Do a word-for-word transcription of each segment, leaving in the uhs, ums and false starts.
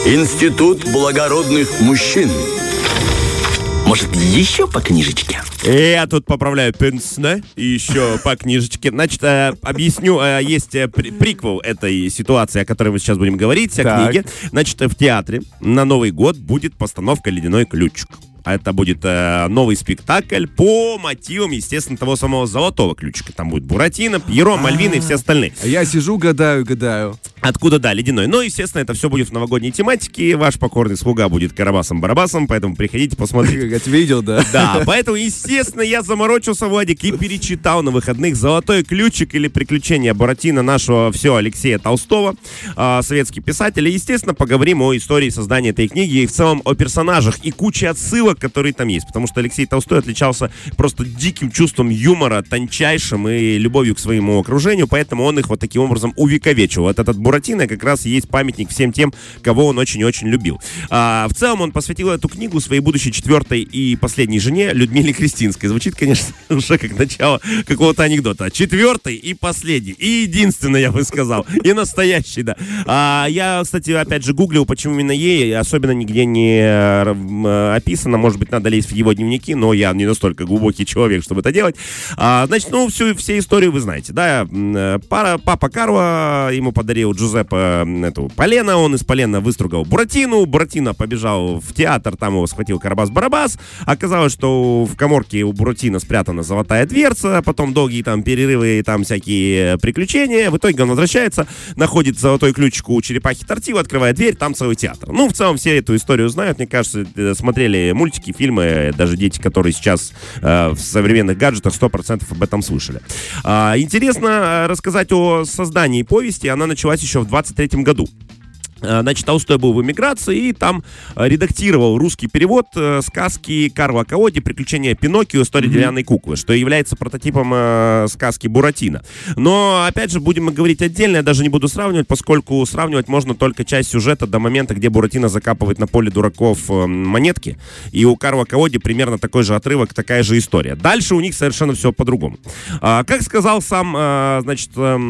Институт благородных мужчин. Может, еще по книжечке? Я тут поправляю пенсне и еще по книжечке. Значит, э, объясню, э, есть э, при- приквел этой ситуации, о которой мы сейчас будем говорить, о Так. книге. Значит, в театре на Новый год будет постановка «Ледяной ключик». А это будет э, новый спектакль по мотивам, естественно, того самого «Золотого ключика». Там будет Буратино, Пьеро, Мальвина и все остальные. Я сижу, гадаю, гадаю. Откуда, да, ледяной. Но, естественно, это все будет в новогодней тематике. Ваш покорный слуга будет Карабасом-Барабасом, поэтому приходите, посмотрите. Я тебя видел, да? Да, поэтому, естественно, я заморочился, Владик, и перечитал на выходных «Золотой ключик» или «Приключения Буратино» нашего все Алексея Толстого, э, советский писатель. И, естественно, поговорим о истории создания этой книги и в целом о персонажах и куче отсылок, которые там есть. Потому что Алексей Толстой отличался просто диким чувством юмора, тончайшим и любовью к своему окружению, поэтому он их вот таким образом увековечивал. Вот этот Буратино как раз и есть памятник всем тем, кого он очень-очень любил. А, в целом он посвятил эту книгу своей будущей четвертой и последней жене Людмиле Кристинской. Звучит, конечно, уже как начало какого-то анекдота. Четвертый и последний. И единственный, я бы сказал. И настоящий, да. А, я, кстати, опять же гуглил, почему именно ей. Особенно нигде не э, описано. Может быть, надо лезть в его дневники, но я не настолько глубокий человек, чтобы это делать. А, значит, ну, всю, все историю вы знаете, да. Пара, папа Карло ему подарил Джузеппе эту полено. Он из полена выстругал Буратино. Буратино побежал в театр, там его схватил Карабас-Барабас. Оказалось, что в каморке у Буратино спрятана золотая дверца. Потом долгие там перерывы и там всякие приключения. В итоге он возвращается, находит золотой ключик у черепахи Тортилы, открывает дверь, там целый театр. Ну, в целом, все эту историю знают. Мне кажется, смотрели мультики, фильмы. Даже дети, которые сейчас э, в современных гаджетах, сто процентов об этом слышали. А, интересно рассказать о создании повести. Она началась еще в двадцать третьем году. Значит, Толстой был в эмиграции и там редактировал русский перевод э, сказки Карла Колоди «Приключения Пиноккио. История mm-hmm. деревянной куклы», что является прототипом э, сказки Буратино. Но, опять же, будем говорить отдельно, я даже не буду сравнивать, поскольку сравнивать можно только часть сюжета до момента, где Буратино закапывает на поле дураков э, монетки, и у Карла Колоди примерно такой же отрывок, такая же история. Дальше у них совершенно все по-другому. А, как сказал сам, э, значит,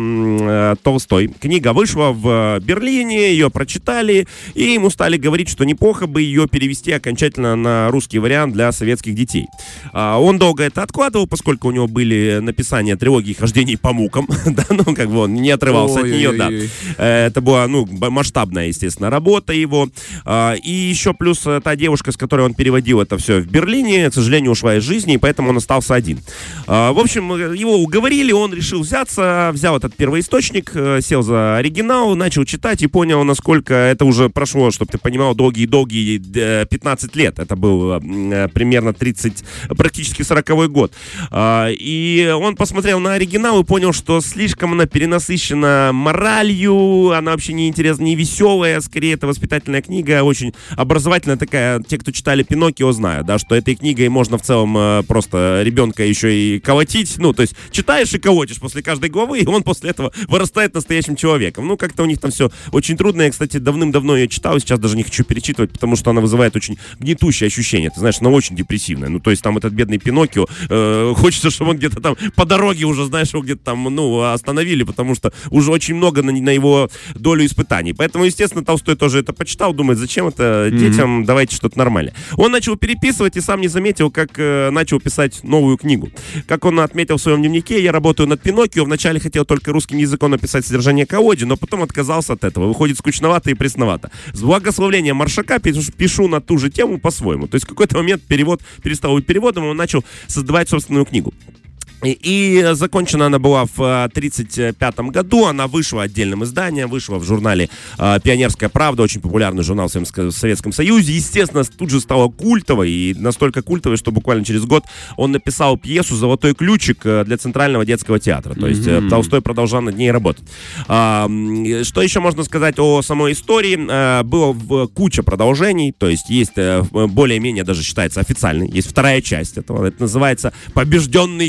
э, Толстой, книга вышла в Берлине, ее прочитали, и ему стали говорить, что неплохо бы ее перевести окончательно на русский вариант для советских детей. А, он долго это откладывал, поскольку у него были написания трилогии «Хождений по мукам», да, ну, как бы он не отрывался от нее, да. Это была, ну, масштабная, естественно, работа его. А, и еще плюс та девушка, с которой он переводил это все в Берлине, к сожалению, ушла из жизни, и поэтому он остался один. А, в общем, его уговорили, он решил взяться, взял этот первоисточник, сел за оригинал, начал читать и понял, насколько это уже прошло, чтобы ты понимал, долгие-долгие пятнадцать лет. Это был примерно тридцать, практически сороковой год. И он посмотрел на оригинал и понял, что слишком она перенасыщена моралью, она вообще не интересная, не веселая, скорее это воспитательная книга, очень образовательная такая. Те, кто читали Пиноккио, знают, да, что этой книгой можно в целом просто ребенка еще и колотить. Ну, то есть читаешь и колотишь после каждой главы, и он после этого вырастает настоящим человеком. Ну, как-то у них там все очень трудно. Я, кстати, давным-давно ее читал, сейчас даже не хочу перечитывать, потому что она вызывает очень гнетущее ощущение. Ты знаешь, она очень депрессивная. Ну, то есть там этот бедный Пиноккио, э, хочется, чтобы он где-то там по дороге уже, знаешь, его где-то там, ну, остановили, потому что уже очень много на, на его долю испытаний. Поэтому, естественно, Толстой тоже это почитал, думает, зачем это детям, mm-hmm. давайте что-то нормальное. Он начал переписывать и сам не заметил, как э, начал писать новую книгу. Как он отметил в своем дневнике, я работаю над Пиноккио, вначале хотел только русским языком написать содержание Колоди, но потом отказался от этого. Выходит скучновато и пресновато. С благословлением Маршака пишу, пишу на ту же тему по-своему. То есть в какой-то момент перевод перестал быть переводом, и он начал создавать собственную книгу. И, и закончена она была в тридцать пятом году, она вышла отдельным изданием, вышла в журнале э, «Пионерская правда», очень популярный журнал в, в Советском Союзе. Естественно, тут же стала культовой, и настолько культовой, что буквально через год он написал пьесу «Золотой ключик» для Центрального детского театра. То есть mm-hmm. Толстой продолжал над ней работать. А, что еще можно сказать о самой истории? А, было в, куча продолжений, то есть есть более-менее, даже считается официальный, есть вторая часть этого, это называется «Побежденный Карабас».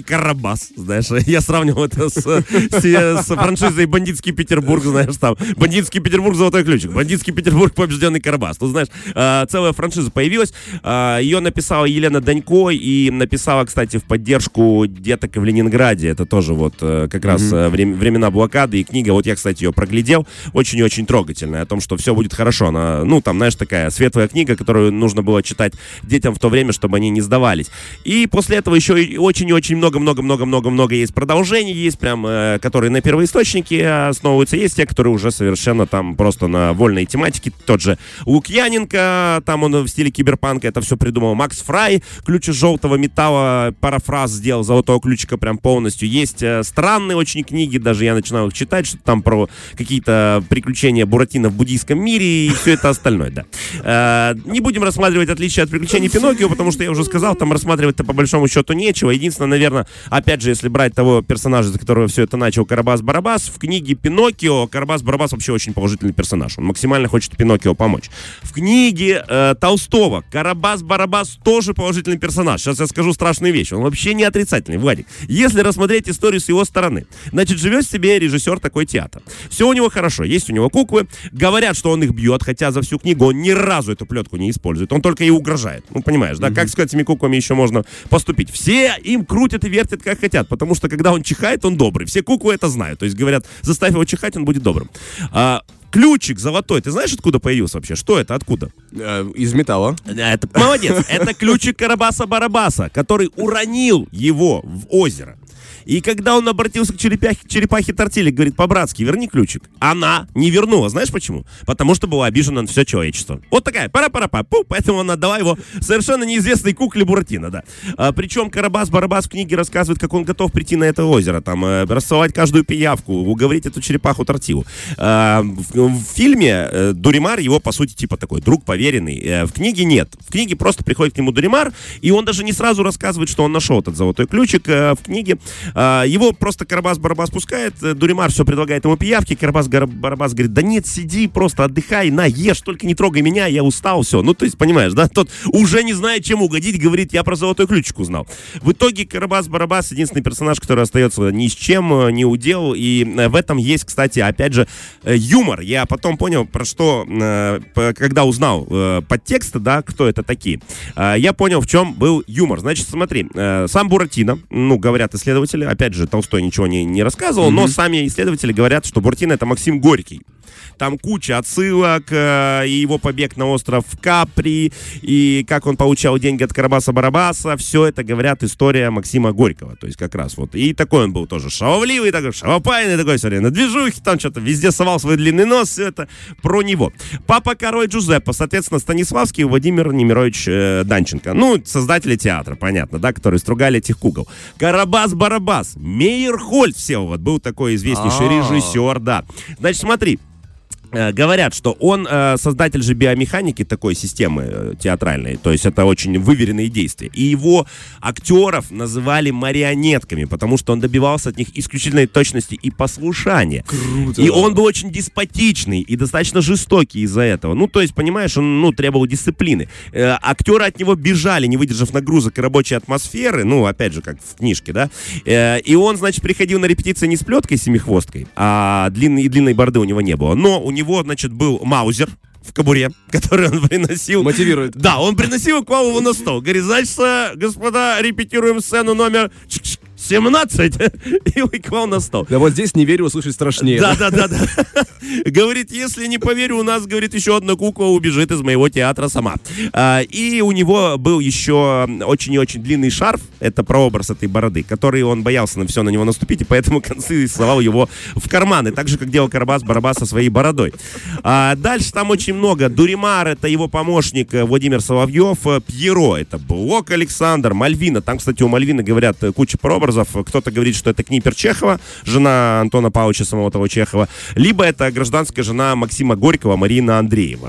Карабас, знаешь. Я сравнивал это с, с, с франшизой «Бандитский Петербург», знаешь, там. «Бандитский Петербург. Золотой ключик». «Бандитский Петербург. Побежденный Карабас». Тут, знаешь, целая франшиза появилась. Ее написала Елена Данько и написала, кстати, в поддержку деток в Ленинграде. Это тоже вот как раз mm-hmm. время, времена блокады. И книга, вот я, кстати, ее проглядел, очень и очень трогательная. О том, что все будет хорошо. Она, ну, там, знаешь, такая светлая книга, которую нужно было читать детям в то время, чтобы они не сдавались. И после этого еще очень и очень много-много-много-много-много есть продолжений, есть прям, э, которые на первоисточнике основываются, есть те, которые уже совершенно там просто на вольной тематике. Тот же Лукьяненко, там он в стиле киберпанка это все придумал. Макс Фрай, «Ключ из желтого металла», парафраз сделал «Золотого ключика» прям полностью. Есть э, странные очень книги, даже я начинал их читать, что там про какие-то приключения Буратино в буддийском мире и все это остальное, да. Э, не будем рассматривать отличия от приключений Пиноккио, потому что я уже сказал, там рассматривать-то по большому счету нечего. Единственное, наверное, опять же, если брать того персонажа, за которого все это начал, Карабас-Барабас, в книге Пиноккио Карабас-Барабас вообще очень положительный персонаж. Он максимально хочет Пиноккио помочь. В книге э, Толстого Карабас-Барабас тоже положительный персонаж. Сейчас я скажу страшную вещь. Он вообще не отрицательный, Владик. Если рассмотреть историю с его стороны, значит, живет себе режиссер такой театр. Все у него хорошо. Есть у него куклы. Говорят, что он их бьет, хотя за всю книгу он ни разу эту плетку не использует. Он только и угрожает. Ну, понимаешь, да? Mm-hmm. Как с этими куклами еще можно поступить? Все им крутят и вертят, как хотят, потому что, когда он чихает, он добрый. Все куклы это знают. То есть, говорят, заставь его чихать, он будет добрым. А, ключик золотой, ты знаешь, откуда появился вообще? Что это, откуда? Э, из металла. Это, молодец. Это ключик Карабаса-Барабаса, который уронил его в озеро. И когда он обратился к черепахе, черепахе Тортиле, говорит, по-братски, верни ключик. Она не вернула. Знаешь почему? Потому что была обижена на все человечество. Вот такая, пара-пара-па, пу, поэтому она отдала его совершенно неизвестной кукле Буратино, да. А, причем Карабас-Барабас в книге рассказывает, как он готов прийти на это озеро, там, э, рассылать каждую пиявку, уговорить эту черепаху Тортилу. А, в, в фильме э, Дуримар его, по сути, типа такой друг поверенный. Э, в книге нет. В книге просто приходит к нему Дуримар, и он даже не сразу рассказывает, что он нашел этот золотой ключик э, в книге. Его просто Карабас-Барабас пускает, Дуримар все предлагает ему пиявки, Карабас-Барабас говорит, да нет, сиди, просто отдыхай, на, ешь, только не трогай меня, я устал, все. Ну, то есть, понимаешь, да, тот уже не знает, чем угодить, говорит, я про золотой ключик узнал. В итоге Карабас-Барабас единственный персонаж, который остается ни с чем, не удел, и в этом есть, кстати, опять же, юмор. Я потом понял, про что, когда узнал подтексты, да, кто это такие, я понял, в чем был юмор. Значит, смотри, сам Буратино, ну, говорят исследователи, опять же, Толстой ничего не, не рассказывал, mm-hmm. но сами исследователи говорят, что Буратино — это Максим Горький. Там куча отсылок, э, и его побег на остров Капри, и как он получал деньги от Карабаса-Барабаса. Все это, говорят, история Максима Горького. То есть как раз вот. И такой он был тоже шаловливый, такой шалопайный, такой все время на движухе, там что-то везде совал свой длинный нос. Все это про него. Папа Король Джузеппе, соответственно, Станиславский и Владимир Немирович э, Данченко. Ну, создатели театра, понятно, да, которые стругали этих кукол. Карабас-Барабас, Мейерхольд Всеволод, был такой известнейший режиссер, да. Значит, смотри. Говорят, что он э, создатель же биомеханики такой системы э, театральной, то есть это очень выверенные действия. И его актеров называли марионетками, потому что он добивался от них исключительной точности и послушания. Круто. И он был очень деспотичный и достаточно жестокий из-за этого. Ну, то есть, понимаешь, он ну, требовал дисциплины. Э, актеры от него бежали, не выдержав нагрузок и рабочей атмосферы, ну, опять же, как в книжке, да. Э, и он, значит, приходил на репетиции не с плеткой семихвосткой, а длинной, длинной бороды у него не было. Но у него У него, значит, был маузер в кобуре, который он приносил. Мотивирует. Да, он приносил клаву на стол. Говорит, значит, господа, репетируем сцену номер семнадцать. И клал на стол. Да вот здесь не верю, услышать страшнее. Да, да, да, да. Говорит, если не поверю, у нас, говорит, еще одна кукла убежит из моего театра сама. А, и у него был еще очень и очень длинный шарф, это прообраз этой бороды, который он боялся на все на него наступить, и поэтому концы совал его в карманы, так же, как делал Карабас-Барабас со своей бородой. А, дальше там очень много. Дуримар — это его помощник Владимир Соловьев, Пьеро — это Блок Александр, Мальвина. Там, кстати, у Мальвины, говорят, куча прообразов. Кто-то говорит, что это Книпер Чехова, жена Антона Павловича самого того Чехова, либо это гражданская жена Максима Горького, Марина Андреева.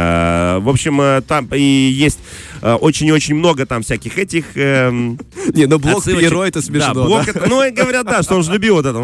Э, в общем, там и есть э, очень и очень много там всяких этих э, Не, ну Блок Пьеро — это смешно. Да, Блок, да? Это, ну, и говорят, да, что он же любил вот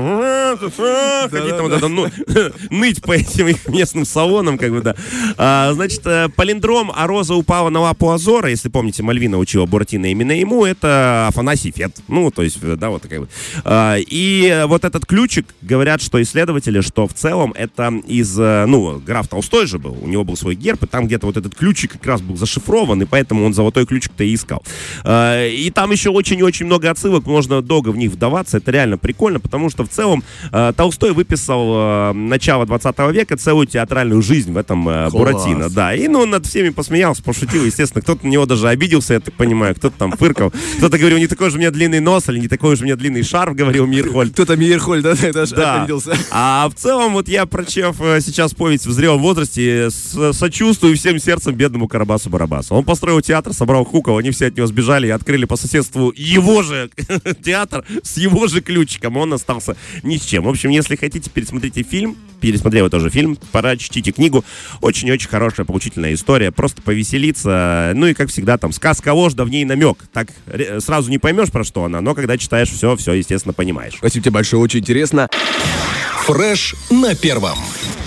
это, какие-то вот это, ну, ныть по этим их местным салонам, как бы, да. А, значит, палиндром «А роза упала на лапу Азора», если помните, Мальвина учила Буратино именно ему, это Афанасий Фет. Ну, то есть, да, да, вот такая вот. А, и вот этот ключик, говорят, что исследователи, что в целом это из, ну, граф Толстой же был, у него был свой герб, и там где-то вот этот ключик как раз был зашифрован, и поэтому он золотой ключик-то и искал. А, и там еще очень-очень много отсылок, можно долго в них вдаваться, это реально прикольно, потому что в целом а, Толстой выписал а, начало двадцатого века целую театральную жизнь в этом а, Буратино, да, и ну, он над всеми посмеялся, пошутил, естественно, кто-то на него даже обиделся, я так понимаю, кто-то там фыркал, кто-то говорил, не такой же у меня длинный нос, или не такой же у меня длинный шарф, говорил Мирхольд. Кто-то Мирхольд, да, это аж да. обиделся. А в целом, вот я, прочев сейчас повесть в зрелом возрасте, с- сочувствую всем сердцем бедному Карабасу-Барабасу. Он построил театр, собрал хуков, они все от него сбежали и открыли по соседству его же театр с его же ключиком. Он остался ни с чем. В общем, если хотите, пересмотрите фильм, пересмотрел я тоже фильм, прочтите книгу. Очень-очень хорошая, поучительная история. Просто повеселиться. Ну и, как всегда, там, сказка ложь, да в ней намек. Так ре- сразу не поймешь, про что она, но когда читаешь все, все, естественно, понимаешь. Спасибо тебе большое, очень интересно. Фреш на первом.